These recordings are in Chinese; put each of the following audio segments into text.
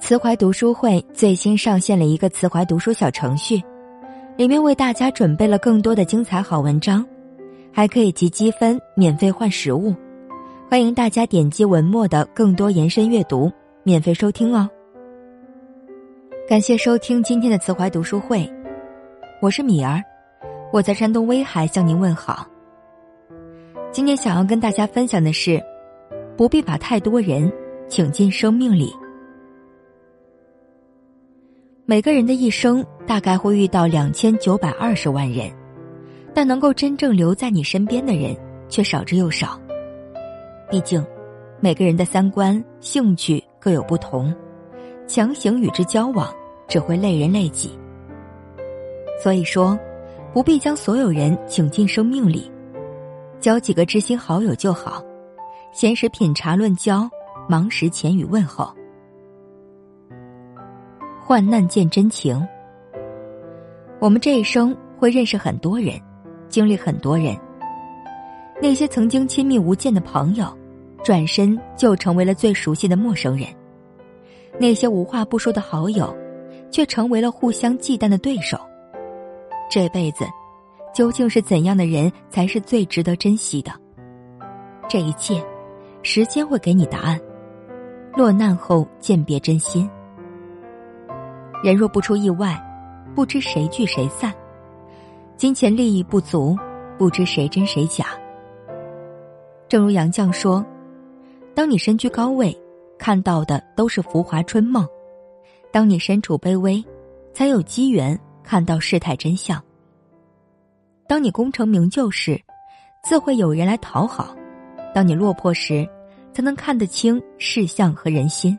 慈怀读书会最新上线了一个慈怀读书小程序，里面为大家准备了更多的精彩好文章，还可以集积分免费换实物。欢迎大家点击文末的更多延伸阅读，免费收听哦。感谢收听今天的慈怀读书会，我是米儿，我在山东威海向您问好。今天想要跟大家分享的是，不必把太多人请进生命里。每个人的一生大概会遇到2920万人，但能够真正留在你身边的人却少之又少。毕竟每个人的三观兴趣各有不同，强行与之交往只会累人累己。所以说不必将所有人请进生命里，交几个知心好友就好，闲时品茶论交，忙时浅语问候。患难见真情。我们这一生会认识很多人，经历很多人，那些曾经亲密无间的朋友，转身就成为了最熟悉的陌生人；那些无话不说的好友，却成为了互相忌惮的对手。这辈子究竟是怎样的人才是最值得珍惜的？这一切时间会给你答案。落难后鉴别真心。人若不出意外，不知谁聚谁散；金钱利益不足，不知谁真谁假。正如杨绛说，当你身居高位，看到的都是浮华春梦；当你身处卑微，才有机缘看到世态真相。当你功成名就时，自会有人来讨好；当你落魄时，才能看得清世相和人心。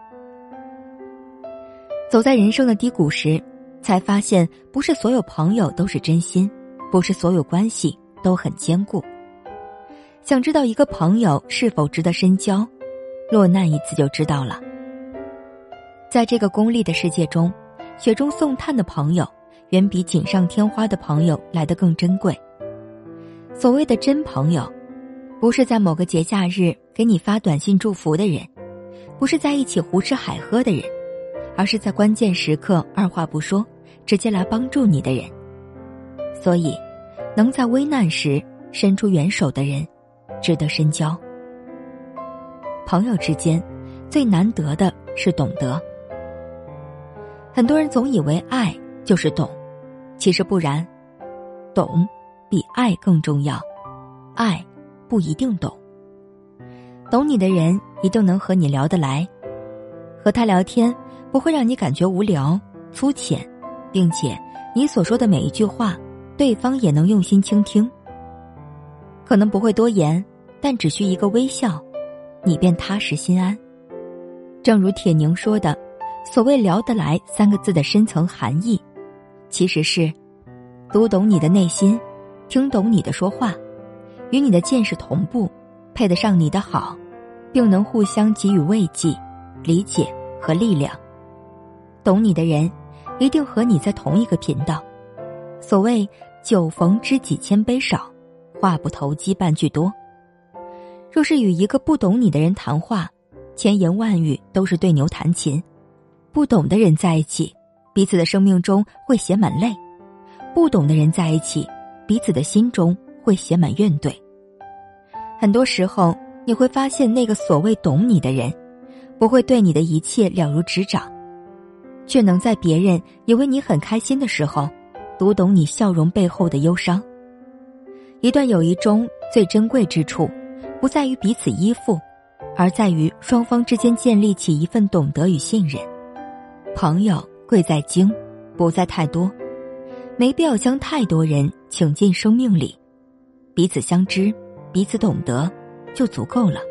走在人生的低谷时，才发现不是所有朋友都是真心，不是所有关系都很坚固。想知道一个朋友是否值得深交，落难一次就知道了。在这个功利的世界中，雪中送炭的朋友远比锦上添花的朋友来得更珍贵。所谓的真朋友，不是在某个节假日给你发短信祝福的人，不是在一起胡吃海喝的人，而是在关键时刻二话不说直接来帮助你的人。所以能在危难时伸出援手的人值得深交。朋友之间最难得的是懂得。很多人总以为爱就是懂，其实不然，懂比爱更重要，爱不一定懂。懂你的人一定能和你聊得来，和他聊天不会让你感觉无聊粗浅，并且你所说的每一句话对方也能用心倾听。可能不会多言，但只需一个微笑，你便踏实心安。正如铁凝说的，所谓聊得来3个字的深层含义，其实是读懂你的内心，听懂你的说话，与你的见识同步，配得上你的好，并能互相给予慰藉、理解和力量。懂你的人一定和你在同一个频道。所谓酒逢知己千杯少，话不投机半句多。若是与一个不懂你的人谈话，千言万语都是对牛弹琴。不懂的人在一起，彼此的生命中会写满泪；不懂的人在一起，彼此的心中会写满怨怼。很多时候你会发现，那个所谓懂你的人，不会对你的一切了如指掌，却能在别人以为你很开心的时候，读懂你笑容背后的忧伤。一段友谊中最珍贵之处，不在于彼此依附，而在于双方之间建立起一份懂得与信任。朋友贵在精，不在太多，没必要将太多人请进生命里，彼此相知，彼此懂得就足够了。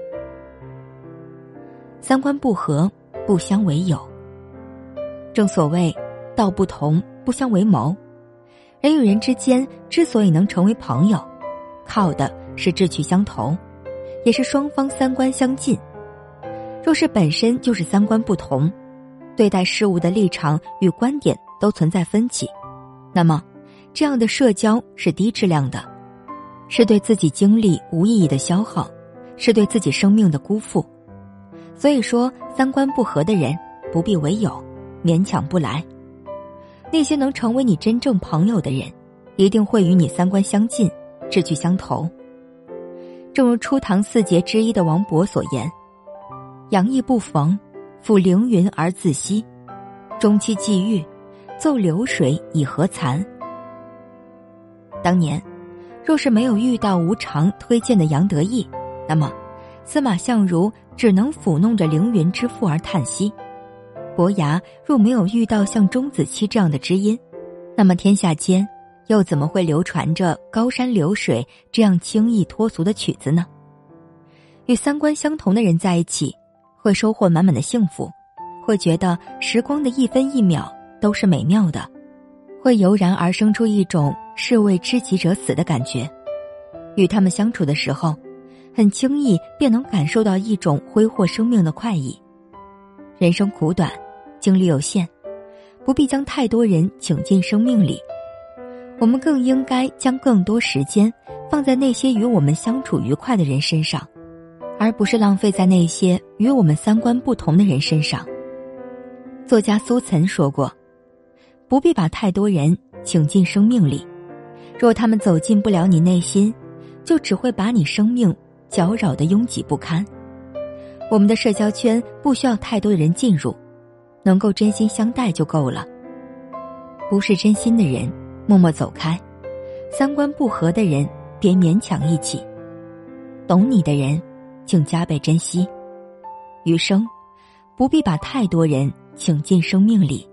三观不合，不相为友。正所谓道不同，不相为谋。人与人之间之所以能成为朋友，靠的是志趣相投，也是双方三观相近。若是本身就是三观不同，对待事物的立场与观点都存在分歧，那么这样的社交是低质量的，是对自己精力无意义的消耗，是对自己生命的辜负。所以说，三观不合的人不必为友，勉强不来。那些能成为你真正朋友的人，一定会与你三观相近，志趣相投。正如初唐四杰之一的王勃所言：杨意不逢，复凌云而自惜，终期际遇，奏流水以何惭。当年若是没有遇到吴常推荐的杨得意，那么司马相如只能抚弄着凌云之父而叹息。伯牙若没有遇到像钟子期这样的知音，那么天下间又怎么会流传着高山流水这样轻易脱俗的曲子呢？与三观相同的人在一起，会收获满满的幸福，会觉得时光的一分一秒都是美妙的，会油然而生出一种士为知己者死的感觉。与他们相处的时候，很轻易便能感受到一种挥霍生命的快意。人生苦短，精力有限，不必将太多人请进生命里，我们更应该将更多时间放在那些与我们相处愉快的人身上，而不是浪费在那些与我们三观不同的人身上。作家苏岑说过，不必把太多人请进生命里，若他们走进不了你内心，就只会把你生命搅扰得拥挤不堪。我们的社交圈不需要太多的人进入，能够真心相待就够了。不是真心的人，默默走开；三观不合的人，别勉强一起。懂你的人，请加倍珍惜。余生，不必把太多人请进生命里，